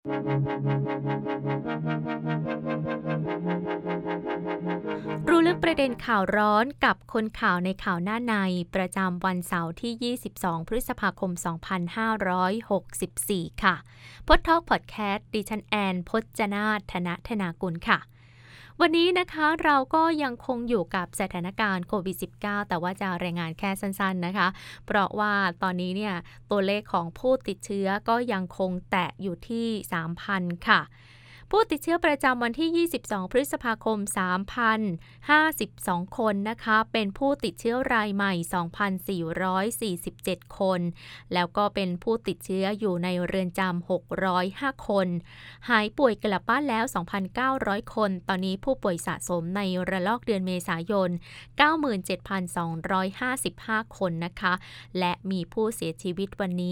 รู้ลึกประเด็นข่าวร้อนกับคนข่าวในข่าวหน้าในประจำวันเสาร์ที่ 22 พฤษภาคม 2564 ค่ะพดทอกพอดแคสต์ดิฉันแอนพจนาถ ธนากุลค่ะ วันนี้นะคะเราก็ยังคงอยู่กับสถานการณ์โควิด -19 แต่ว่าจะรายงานแค่สั้นๆนะคะเพราะว่าตอนนี้เนี่ยตัวเลขของผู้ติดเชื้อก็ยังคงแตะอยู่ที่ 3,000 ค่ะผู้ติดเชื้อประจำวันที่ 22 พฤษภาคม 3,052 คนนะคะเป็นผู้ติดเชื้อรายใหม่ 2,447 คนแล้วก็เป็นผู้ติดเชื้ออยู่ในเรือนจำ 605 คนหายป่วยกลับบ้านแล้ว 2,900 คนตอนนี้ผู้ป่วยสะสมในระลอกเดือนเมษายน 97,255 คนนะคะและมีผู้เสียชีวิตวันนี้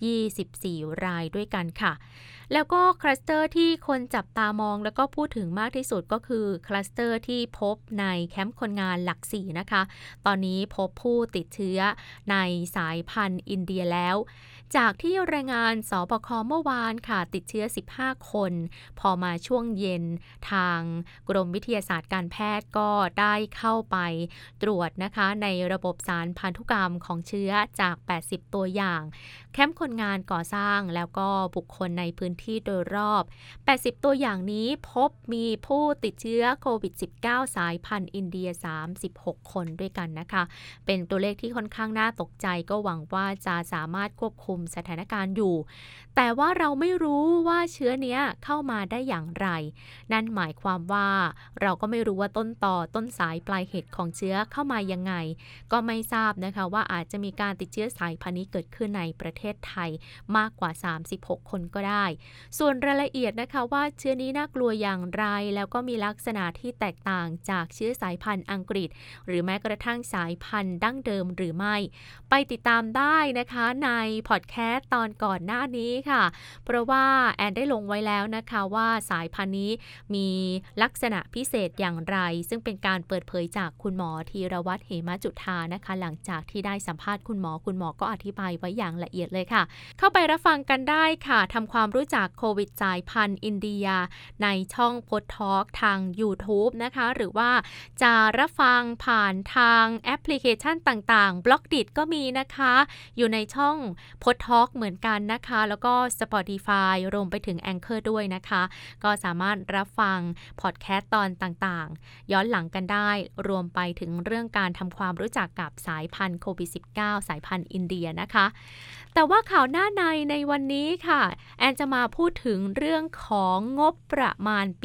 24 รายด้วยกันค่ะแล้วก็คลัสเตอร์ที่คนจับตามองแล้วก็พูดถึงมากที่สุดก็คือคลัสเตอร์ที่พบในแคมป์คนงานหลัก4นะคะตอนนี้พบผู้ติดเชื้อในสายพันธุ์อินเดียแล้วจากที่รายงานสบคเมื่อวานค่ะติดเชื้อ15คนพอมาช่วงเย็นทางกรมวิทยาศาสตร์การแพทย์ก็ได้เข้าไปตรวจนะคะในระบบสารพันธุกรรมของเชื้อจาก80ตัวอย่างแคมป์คนงานก่อสร้างแล้วก็บุคคลในพื้นที่โดยรอบ80ตัวอย่างนี้พบมีผู้ติดเชื้อโควิด -19 สายพันธุ์อินเดีย36คนด้วยกันนะคะเป็นตัวเลขที่ค่อนข้างน่าตกใจก็หวังว่าจะสามารถควบคุมสถานการณ์อยู่แต่ว่าเราไม่รู้ว่าเชื้อเนี้ยเข้ามาได้อย่างไรนั่นหมายความว่าเราก็ไม่รู้ว่าต้นต่อต้นสายปลายเหตุของเชื้อเข้ามายังไงก็ไม่ทราบนะคะว่าอาจจะมีการติดเชื้อสายพันธุ์นี้เกิดขึ้นในประเทศไทยมากกว่า36คนก็ได้ส่วนรายละเอียดนะคะว่าเชื้อนี้น่ากลัวอย่างไรแล้วก็มีลักษณะที่แตกต่างจากเชื้อสายพันธุ์อังกฤษหรือแม้กระทั่งสายพันธุ์ดั้งเดิมหรือไม่ไปติดตามได้นะคะในพอดแคสต์ตอนก่อนหน้านี้ค่ะเพราะว่าแอนได้ลงไว้แล้วนะคะว่าสายพันธุ์นี้มีลักษณะพิเศษอย่างไรซึ่งเป็นการเปิดเผยจากคุณหมอธีรวัฒน์เหมจุฑานะคะหลังจากที่ได้สัมภาษณ์คุณหมอก็อธิบายไว้อย่างละเอียดเลยค่ะเข้าไปรับฟังกันได้ค่ะทำความรู้จักโควิดสายพันธุ์อินเดียในช่องพดทอล์กทาง YouTube นะคะหรือว่าจะรับฟังผ่านทางแอปพลิเคชันต่างๆบล็อกดิก็มีนะคะอยู่ในช่องพดทอล์กเหมือนกันนะคะแล้วก็ Spotify รวมไปถึง Anchor ด้วยนะคะก็สามารถรับฟังพอดแคสต์ตอนต่างๆย้อนหลังกันได้รวมไปถึงเรื่องการทำความรู้จักกับสายพันธุ์โควิด -19 สายพันธุ์อินเดียนะคะแต่ว่าข่าวหน้าในวันนี้ค่ะแอนจะมาพูดถึงเรื่องของงบประมาณปี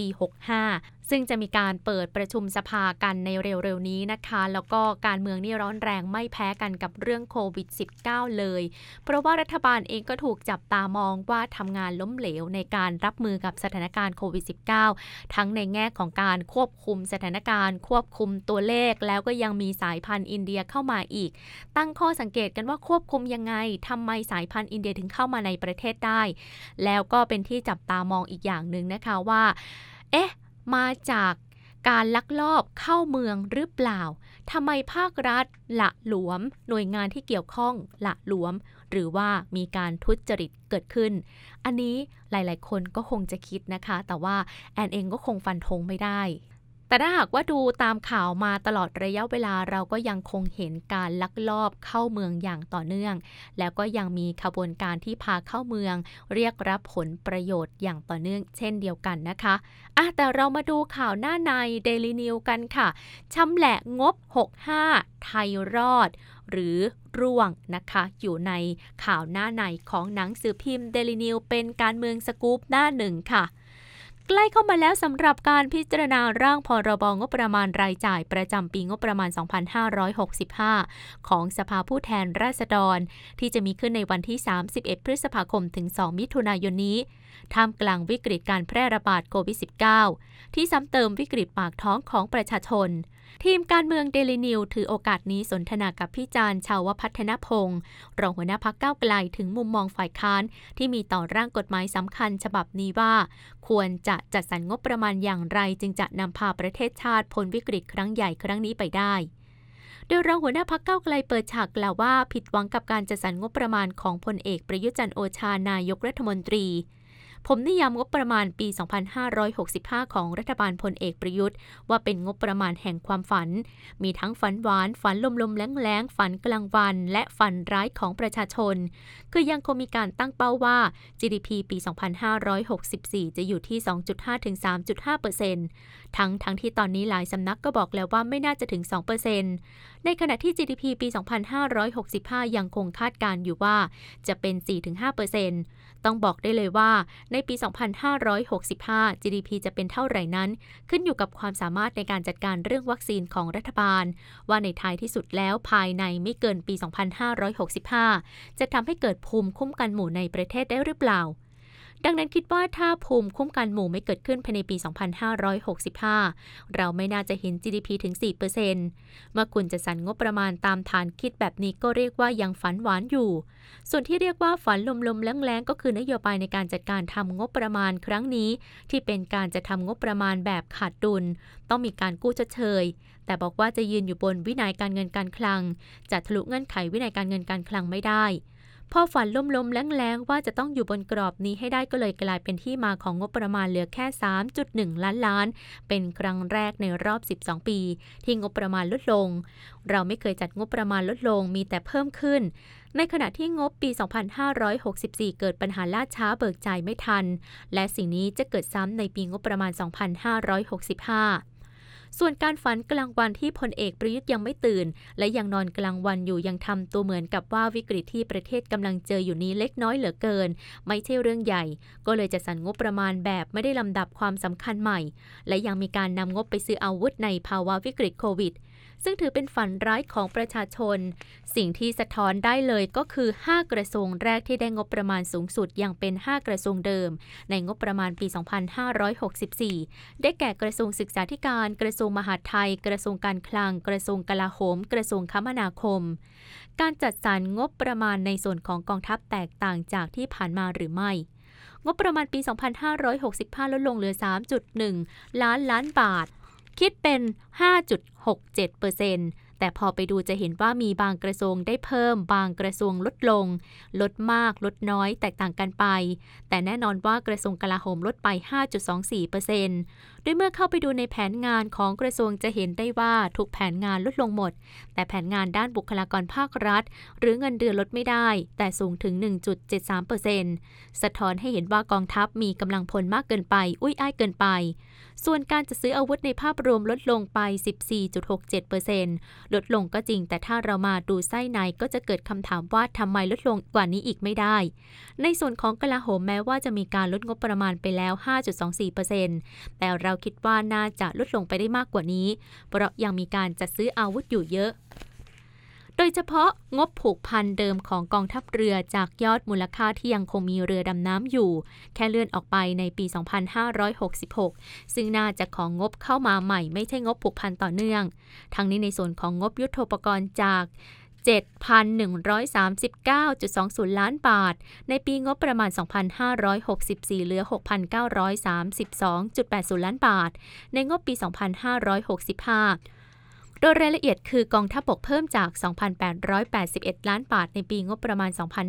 65ซึ่งจะมีการเปิดประชุมสภากันในเร็วๆนี้นะคะแล้วก็การเมืองนี่ร้อนแรงไม่แพ้กันกับเรื่องโควิด -19 เลยเพราะว่ารัฐบาลเองก็ถูกจับตามองว่าทำงานล้มเหลวในการรับมือกับสถานการณ์โควิด -19 ทั้งในแง่ของการควบคุมสถานการณ์ควบคุมตัวเลขแล้วก็ยังมีสายพันธุ์อินเดียเข้ามาอีกตั้งข้อสังเกตกันว่าควบคุมยังไงทำไมสายพันธุ์อินเดียถึงเข้ามาในประเทศได้แล้วก็เป็นที่จับตามองอีกอย่างหนึ่งนะคะว่ามาจากการลักลอบเข้าเมืองหรือเปล่าทำไมภาครัฐละหลวมหน่วยงานที่เกี่ยวข้องละหลวมหรือว่ามีการทุจริตเกิดขึ้นอันนี้หลายๆคนก็คงจะคิดนะคะแต่ว่าแอนเองก็คงฟันธงไม่ได้แต่ถ้าหากว่าดูตามข่าวมาตลอดระยะเวลาเราก็ยังคงเห็นการลักลอบเข้าเมืองอย่างต่อเนื่องแล้วก็ยังมีขบวนการที่พาเข้าเมืองเรียกรับผลประโยชน์อย่างต่อเนื่องเช่นเดียวกันนะคะแต่เรามาดูข่าวหน้าใน Daily News กันค่ะชำแหละงบ 65 ไทยรอดหรือร่วงนะคะอยู่ในข่าวหน้าในของหนังสือพิมพ์ Daily News เป็นการเมืองสกู๊ปหน้าหนึ่งค่ะใกล้เข้ามาแล้วสำหรับการพิจารณาร่างพรบงบประมาณรายจ่ายประจำปีงบประมาณ 2565 ของสภาผู้แทนราษฎรที่จะมีขึ้นในวันที่ 31 พฤษภาคมถึง 2 มิถุนายนนี้ท่ามกลางวิกฤตการแพร่ระบาดโควิด -19 ที่ซ้ำเติมวิกฤตปากท้องของประชาชนทีมการเมืองเดลินิวถือโอกาสนี้สนทนากับพี่จารย์ชาวพัฒนพงศ์รองหัวหน้าพรรคก้าวไกลถึงมุมมองฝ่ายค้านที่มีต่อร่างกฎหมายสำคัญฉบับนี้ว่าควรจะจัดสรรงบประมาณอย่างไรจึงจะนำพาประเทศชาติพ้นวิกฤตครั้งใหญ่ครั้งนี้ไปได้โดยรองหัวหน้าพรรคก้าวไกลเปิดฉากกล่าวว่าผิดหวังกับการจัดสรรงบประมาณของพลเอกประยุทธ์จันทร์โอชานายกรัฐมนตรีผมนิยามงบประมาณปี 2565 ของรัฐบาลพลเอกประยุทธ์ว่าเป็นงบประมาณแห่งความฝันมีทั้งฝันหวานฝันลมๆแล้งๆฝันกลางวันและฝันร้ายของประชาชนคือยังคงมีการตั้งเป้าว่า GDP ปี 2564 จะอยู่ที่ 2.5 ถึง 3.5% ทั้งที่ตอนนี้หลายสำนักก็บอกแล้วว่าไม่น่าจะถึง 2%ในขณะที่ GDP ปี 2565 ยังคงคาดการณ์อยู่ว่าจะเป็น 4-5%ต้องบอกได้เลยว่าในปี 2565 GDP จะเป็นเท่าไหร่นั้นขึ้นอยู่กับความสามารถในการจัดการเรื่องวัคซีนของรัฐบาลว่าในท้ายที่สุดแล้วภายในไม่เกินปี 2565 จะทำให้เกิดภูมิคุ้มกันหมู่ในประเทศได้หรือเปล่าดังนั้นคิดว่าถ้าภูมิคุ้มกันหมู่ไม่เกิดขึ้นภายในปี 2565 เราไม่น่าจะเห็น GDP ถึง 4%เมื่อคุณจะสรรงบประมาณตามฐานคิดแบบนี้ก็เรียกว่ายังฝันหวานอยู่ส่วนที่เรียกว่าฝันลมๆแล้งๆก็คือนโยบายในการจัดการทำงบประมาณครั้งนี้ที่เป็นการจะทำงบประมาณแบบขาดดุลต้องมีการกู้ชดเชยแต่บอกว่าจะยืนอยู่บนวินัยการเงินการคลังจะทะลุเงื่อนไขวินัยการเงินการคลังไม่ได้พอฝันล้มๆแล้งๆว่าจะต้องอยู่บนกรอบนี้ให้ได้ก็เลยกลายเป็นที่มาของงบประมาณเหลือแค่ 3.1 ล้านล้านเป็นครั้งแรกในรอบ 12 ปีที่งบประมาณลดลงเราไม่เคยจัดงบประมาณลดลงมีแต่เพิ่มขึ้นในขณะที่งบปี 2564 เกิดปัญหาล่าช้าเบิกจ่ายไม่ทันและสิ่งนี้จะเกิดซ้ำในปีงบประมาณ 2565ส่วนการฝันกลางวันที่พลเอกประยุทธ์ยังไม่ตื่นและยังนอนกลางวันอยู่ยังทำตัวเหมือนกับว่าวิกฤตที่ประเทศกำลังเจออยู่นี้เล็กน้อยเหลือเกินไม่ใช่เรื่องใหญ่ก็เลยจะสรรงบประมาณแบบไม่ได้ลำดับความสำคัญใหม่และยังมีการนำงบไปซื้ออาวุธในภาวะวิกฤตโควิดซึ่งถือเป็นฝันร้ายของประชาชนสิ่งที่สะท้อนได้เลยก็คือ5กระทรวงแรกที่ได้งบประมาณสูงสุดยังเป็น5กระทรวงเดิมในงบประมาณปี 2564 ได้แก่กระทรวงศึกษาธิการกระทรวงมหาดไทยกระทรวงการคลังกระทรวงกลาโหมกระทรวงคมนาคมการจัดสรรงบประมาณในส่วนของกองทัพแตกต่างจากที่ผ่านมาหรือไม่งบประมาณปี 2565 ลดลงเหลือ 3.1 ล้านบาทคิดเป็น 5.67%แต่พอไปดูจะเห็นว่ามีบางกระทรวงได้เพิ่มบางกระทรวงลดลงลดมากลดน้อยแตกต่างกันไปแต่แน่นอนว่ากระทรวงกลาโหมลดไป 5.24%ด้วยเมื่อเข้าไปดูในแผนงานของกระทรวงจะเห็นได้ว่าทุกแผนงานลดลงหมดแต่แผนงานด้านบุคลากรภาครัฐหรือเงินเดือนลดไม่ได้แต่สูงถึง 1.73% สะท้อนให้เห็นว่ากองทัพมีกำลังพลมากเกินไปอุ้ยอ้ายเกินไปส่วนการจัดซื้ออาวุธในภาพรวมลดลงไป 14.67%ลดลงก็จริงแต่ถ้าเรามาดูไส้ในก็จะเกิดคำถามว่าทำไมลดลงกว่านี้อีกไม่ได้ในส่วนของกลาโหมแม้ว่าจะมีการลดงบประมาณไปแล้ว 5.24% แต่เราคิดว่าน่าจะลดลงไปได้มากกว่านี้เพราะยังมีการจัดซื้ออาวุธอยู่เยอะโดยเฉพาะงบผูกพันเดิมของกองทัพเรือจากยอดมูลค่าที่ยังคงมีเรือดำน้ำอยู่แค่เลื่อนออกไปในปี 2566 ซึ่งน่าจะของงบเข้ามาใหม่ไม่ใช่งบผูกพันต่อเนื่องทั้งนี้ในส่วนของงบยุทโธปกรณ์จาก 7,139.20 ล้านบาทในปีงบประมาณ 2564 เหลือ 6,932.80 ล้านบาทในงบปี 2565โดยรายละเอียดคือกองทัพบกเพิ่มจาก 2,881 ล้านบาทในปีงบประมาณ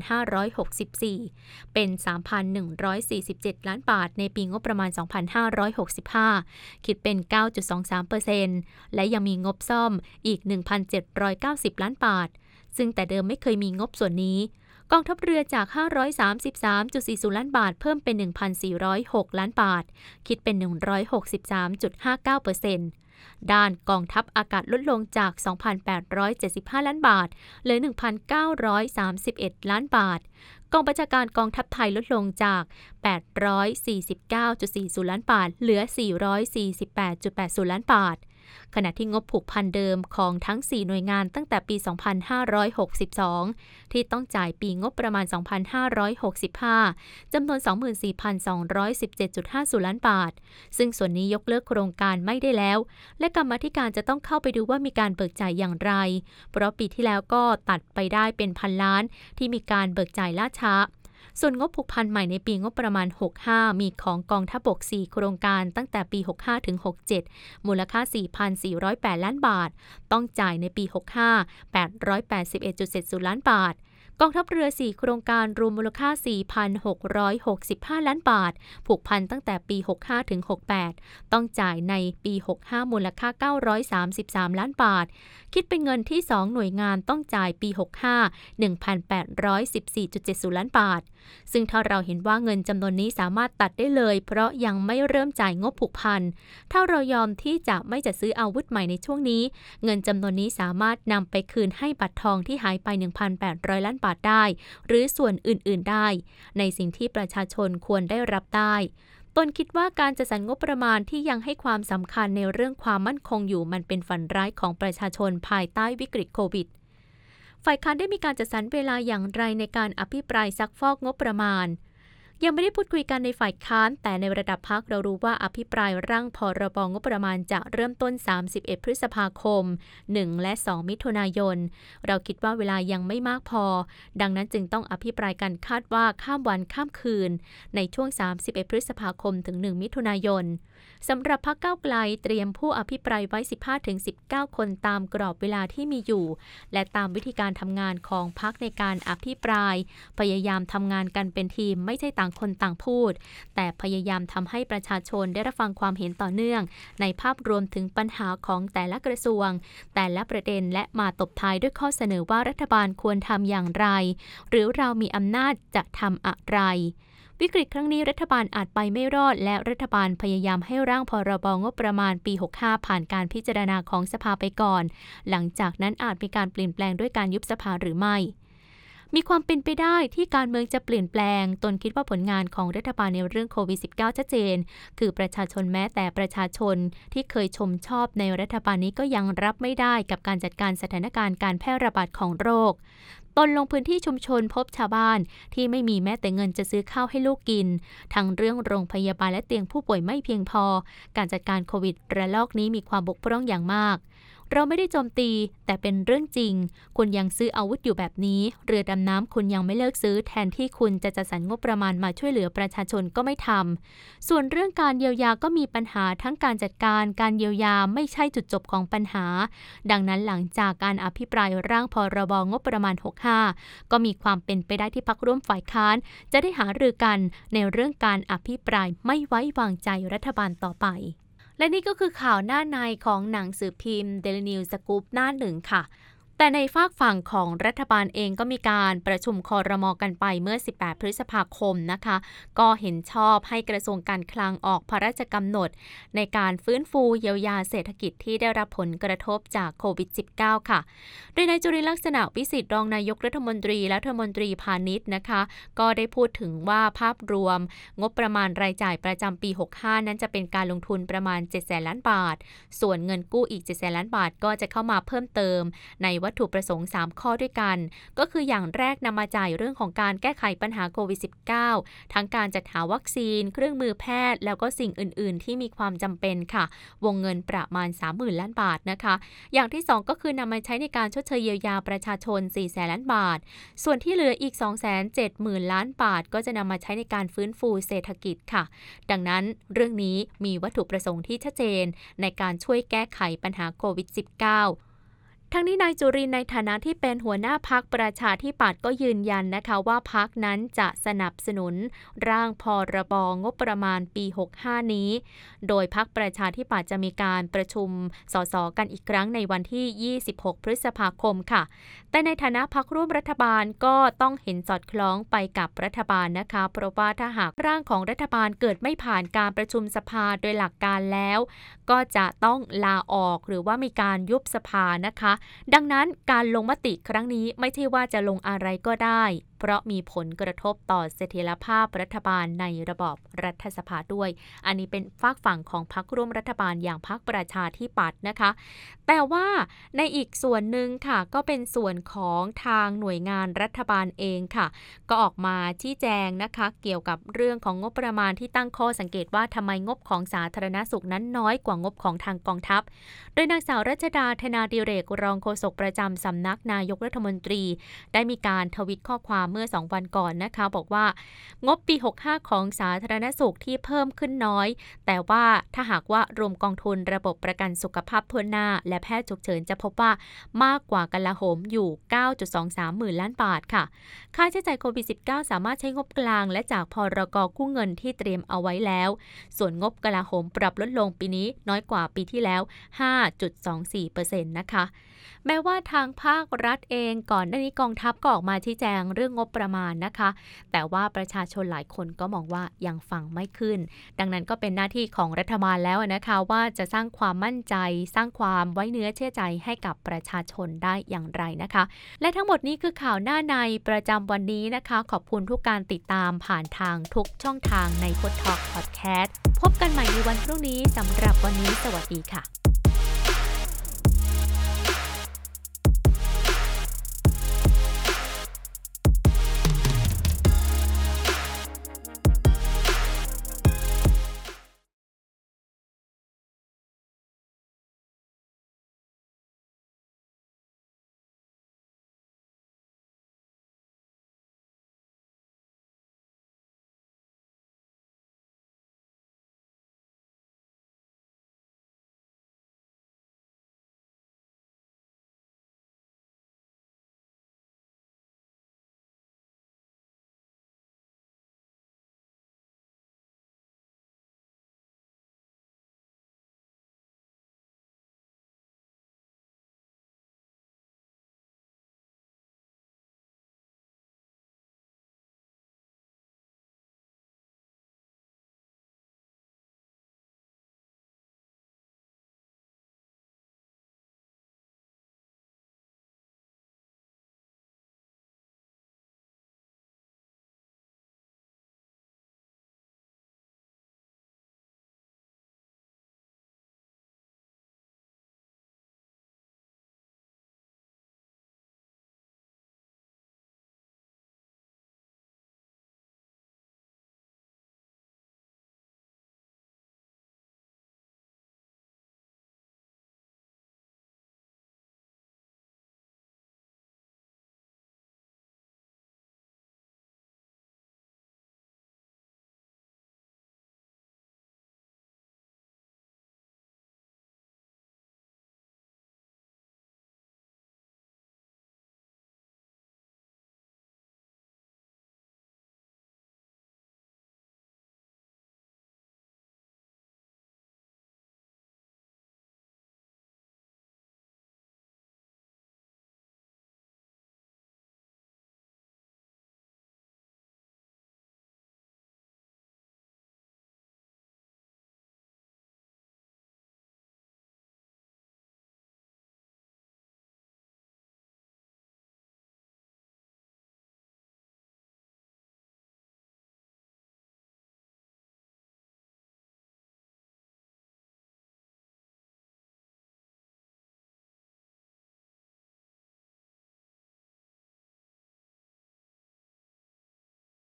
2564 เป็น 3,147 ล้านบาทในปีงบประมาณ 2565 คิดเป็น 9.23% และยังมีงบซ่อมอีก 1,790 ล้านบาทซึ่งแต่เดิมไม่เคยมีงบส่วนนี้กองทัพเรือจาก 533.40 ล้านบาทเพิ่มเป็น 1,406 ล้านบาทคิดเป็น 163.59%ด้านกองทัพอากาศลดลงจาก 2,875 ล้านบาทเหลือ 1,931 ล้านบาทกองบัญชาการกองทัพไทยลดลงจาก 849.40 ล้านบาทเหลือ 448.80 ล้านบาทขณะที่งบผูกพันเดิมของทั้ง 4 หน่วยงานตั้งแต่ปี 2562 ที่ต้องจ่ายปีงบประมาณ 2565 จำนวน 24,217.50 ล้านบาทซึ่งส่วนนี้ยกเลิกโครงการไม่ได้แล้วและกรรมาธิการจะต้องเข้าไปดูว่ามีการเบิกจ่ายอย่างไรเพราะปีที่แล้วก็ตัดไปได้เป็นพันล้านที่มีการเบิกจ่ายล่าช้าส่วนงบผูกพันใหม่ในปีงบประมาณ 65 มีของกองทัพบก 4 โครงการตั้งแต่ปี 65 ถึง 67 มูลค่า 4,408 ล้านบาทต้องจ่ายในปี 65 881.70 ล้านบาทกองทัพเรือ4โครงการรวมมูลค่า 4,665 ล้านบาทผูกพันตั้งแต่ปี 65 ถึง 68 ต้องจ่ายในปี 65 มูลค่า 933 ล้านบาทคิดเป็นเงินที่ 2 หน่วยงานต้องจ่ายปี 65 1,814.70 ล้านบาทซึ่งถ้าเราเห็นว่าเงินจำนวนนี้สามารถตัดได้เลยเพราะยังไม่เริ่มจ่ายงบผูกพันถ้าเรายอมที่จะไม่จัดซื้ออาวุธใหม่ในช่วงนี้เงินจำนวนนี้สามารถนำไปคืนให้บัตรทองที่หายไป 1,800 ล้านบาทได้หรือส่วนอื่นๆได้ในสิ่งที่ประชาชนควรได้รับได้ตนคิดว่าการจัดสรรงบประมาณที่ยังให้ความสำคัญในเรื่องความมั่นคงอยู่มันเป็นฝันร้ายของประชาชนภายใต้วิกฤตโควิดฝ่ายค้านได้มีการจัดสรรเวลาอย่างไรในการอภิปรายซักฟอกงบประมาณยังไม่ได้พูดคุยกันในฝ่ายค้านแต่ในระดับพรรคเรารู้ว่าอภิปรายร่างพรบงบประมาณจะเริ่มต้น31 พฤษภาคม 1 และ 2 มิถุนายนเราคิดว่าเวลายังไม่มากพอดังนั้นจึงต้องอภิปรายกันคาดว่าข้ามวันข้ามคืนในช่วง31 พฤษภาคมถึง 1 มิถุนายนสำหรับพรรคก้าวไกลเตรียมผู้อภิปรายไว้ 15-19 คนตามกรอบเวลาที่มีอยู่และตามวิธีการทำงานของพรรคในการอภิปรายพยายามทำงานกันเป็นทีมไม่ใช่ต่างคนต่างพูดแต่พยายามทำให้ประชาชนได้รับฟังความเห็นต่อเนื่องในภาพรวมถึงปัญหาของแต่ละกระทรวงแต่ละประเด็นและมาตบท้ายด้วยข้อเสนอว่ารัฐบาลควรทำอย่างไรหรือเรามีอำนาจจะทำอะไรวิกฤตครั้งนี้รัฐบาลอาจไปไม่รอดและรัฐบาลพยายามให้ร่างพรบงบประมาณปี 65 ผ่านการพิจารณาของสภาไปก่อนหลังจากนั้นอาจมีการเปลี่ยนแปลงด้วยการยุบสภาหรือไม่มีความเป็นไปได้ที่การเมืองจะเปลี่ยนแปลงตนคิดว่าผลงานของรัฐบาลในเรื่องโควิด -19 ชัดเจนคือประชาชนแม้แต่ประชาชนที่เคยชมชอบในรัฐบาลนี้ก็ยังรับไม่ได้กับการจัดการสถานการณ์การแพร่ระบาดของโรคตนลงพื้นที่ชุมชนพบชาวบ้านที่ไม่มีแม้แต่เงินจะซื้อข้าวให้ลูกกินทั้งเรื่องโรงพยาบาลและเตียงผู้ป่วยไม่เพียงพอการจัดการโควิดระลอกนี้มีความบกพร่องอย่างมากเราไม่ได้โจมตีแต่เป็นเรื่องจริงคุณยังซื้ออาวุธอยู่แบบนี้เรือดำน้ำคุณยังไม่เลิกซื้อแทนที่คุณจะจัดสรรงบประมาณมาช่วยเหลือประชาชนก็ไม่ทำส่วนเรื่องการเยียวยาก็มีปัญหาทั้งการจัดการเยียวยาไม่ใช่จุดจบของปัญหาดังนั้นหลังจากการอภิปรายร่างพรบงบประมาณ 65ก็มีความเป็นไปได้ที่พรรคร่วมฝ่ายค้านจะได้หารือกันในเรื่องการอภิปรายไม่ไว้วางใจรัฐบาลต่อไปและนี่ก็คือข่าวหน้าในของหนังสือพิมพ์ Daily News Scoop หน้าหนึ่งค่ะแต่ในฝากฝั่งของรัฐบาลเองก็มีการประชุมครม.กันไปเมื่อ18 พฤษภาคมนะคะก็เห็นชอบให้กระทรวงการคลังออกพระราชกำหนดในการฟื้นฟูเยียวยาเศรษฐกิจที่ได้รับผลกระทบจากโควิด -19 ค่ะโดยนายจุรินทร์ลักษณะวิสิทธิ์รองนายกรัฐมนตรีและรัฐมนตรีพาณิชย์นะคะก็ได้พูดถึงว่าภาพรวมงบประมาณรายจ่ายประจำปี 65 นั้นจะเป็นการลงทุนประมาณ 700,000 ล้านบาทส่วนเงินกู้อีก 700,000 ล้านบาทก็จะเข้ามาเพิ่มเติมในวัตถุประสงค์ 3 ข้อด้วยกันก็คืออย่างแรกนำมาจ่ายเรื่องของการแก้ไขปัญหาโควิด -19 ทั้งการจัดหาวัคซีนเครื่องมือแพทย์แล้วก็สิ่งอื่นๆที่มีความจำเป็นค่ะวงเงินประมาณ 30,000 ล้านบาทนะคะอย่างที่ 2 ก็คือนำมาใช้ในการชดเชยเยียวยาประชาชน 400,000 ล้านบาทส่วนที่เหลืออีก 270,000 ล้านบาทก็จะนำมาใช้ในการฟื้นฟูเศรษฐกิจค่ะดังนั้นเรื่องนี้มีวัตถุประสงค์ที่ชัดเจนในการช่วยแก้ไขปัญหาโควิด -19 ทั้งนี้นายจุรินทร์ในฐานะที่เป็นหัวหน้าพรรคประชาธิปัตย์ก็ยืนยันนะคะว่าพรรคนั้นจะสนับสนุนร่างพรบงบประมาณปี 65 นี้โดยพรรคประชาธิปัตย์จะมีการประชุมสสกันอีกครั้งในวันที่ 26 พฤษภาคมค่ะแต่ในฐานะพรรคร่วมรัฐบาลก็ต้องเห็นสอดคล้องไปกับรัฐบาลนะคะเพราะว่าถ้าหากร่างของรัฐบาลเกิดไม่ผ่านการประชุมสภาโดยหลักการแล้วก็จะต้องลาออกหรือว่ามีการยุบสภานะคะดังนั้นการลงมติครั้งนี้ไม่ใช่ว่าจะลงอะไรก็ได้เพราะมีผลกระทบต่อเสถียรภาพรัฐบาลในระบอบรัฐสภาด้วยอันนี้เป็นฝากฝั่งของพรรคร่วมรัฐบาลอย่างพรรคประชาธิปัตย์นะคะแต่ว่าในอีกส่วนหนึ่งค่ะก็เป็นส่วนของทางหน่วยงานรัฐบาลเองค่ะก็ออกมาชี้แจงนะคะเกี่ยวกับเรื่องของงบประมาณที่ตั้งข้อสังเกตว่าทำไมงบของสาธารณสุขนั้นน้อยกว่างบของทางกองทัพโดยนางสาวรัชดาธนาดิเรกรองโฆษกประจำสำนักนายกรัฐมนตรีได้มีการทวิตข้อความเมื่อ2วันก่อนนะคะบอกว่างบปี65ของสาธารณสุขที่เพิ่มขึ้นน้อยแต่ว่าถ้าหากว่ารวมกองทุนระบบประกันสุขภาพทั่วหน้าและแพทย์ฉุกเฉินจะพบว่ามากกว่ากลาโหมอยู่ 9.23 หมื่นล้านบาทค่ะค่าใช้จ่ายโควิด -19 สามารถใช้งบกลางและจากพรก.กู้เงินที่เตรียมเอาไว้แล้วส่วนงบกลาโหมปรับลดลงปีนี้น้อยกว่าปีที่แล้ว 5.24% นะคะแม้ว่าทางภาครัฐเองก่อนหน้านี้กองทัพก็ออกมาชี้แจงเรื่องงบประมาณนะคะแต่ว่าประชาชนหลายคนก็มองว่ายังฟังไม่ขึ้นดังนั้นก็เป็นหน้าที่ของรัฐบาลแล้วนะคะว่าจะสร้างความมั่นใจสร้างความไว้เนื้อเชื่อใจให้กับประชาชนได้อย่างไรนะคะและทั้งหมดนี้คือข่าวหน้าในประจำวันนี้นะคะขอบคุณทุกการติดตามผ่านทางทุกช่องทางใน Pod Talk Podcast พบกันใหม่ในวันพรุ่งนี้สำหรับวันนี้สวัสดีค่ะ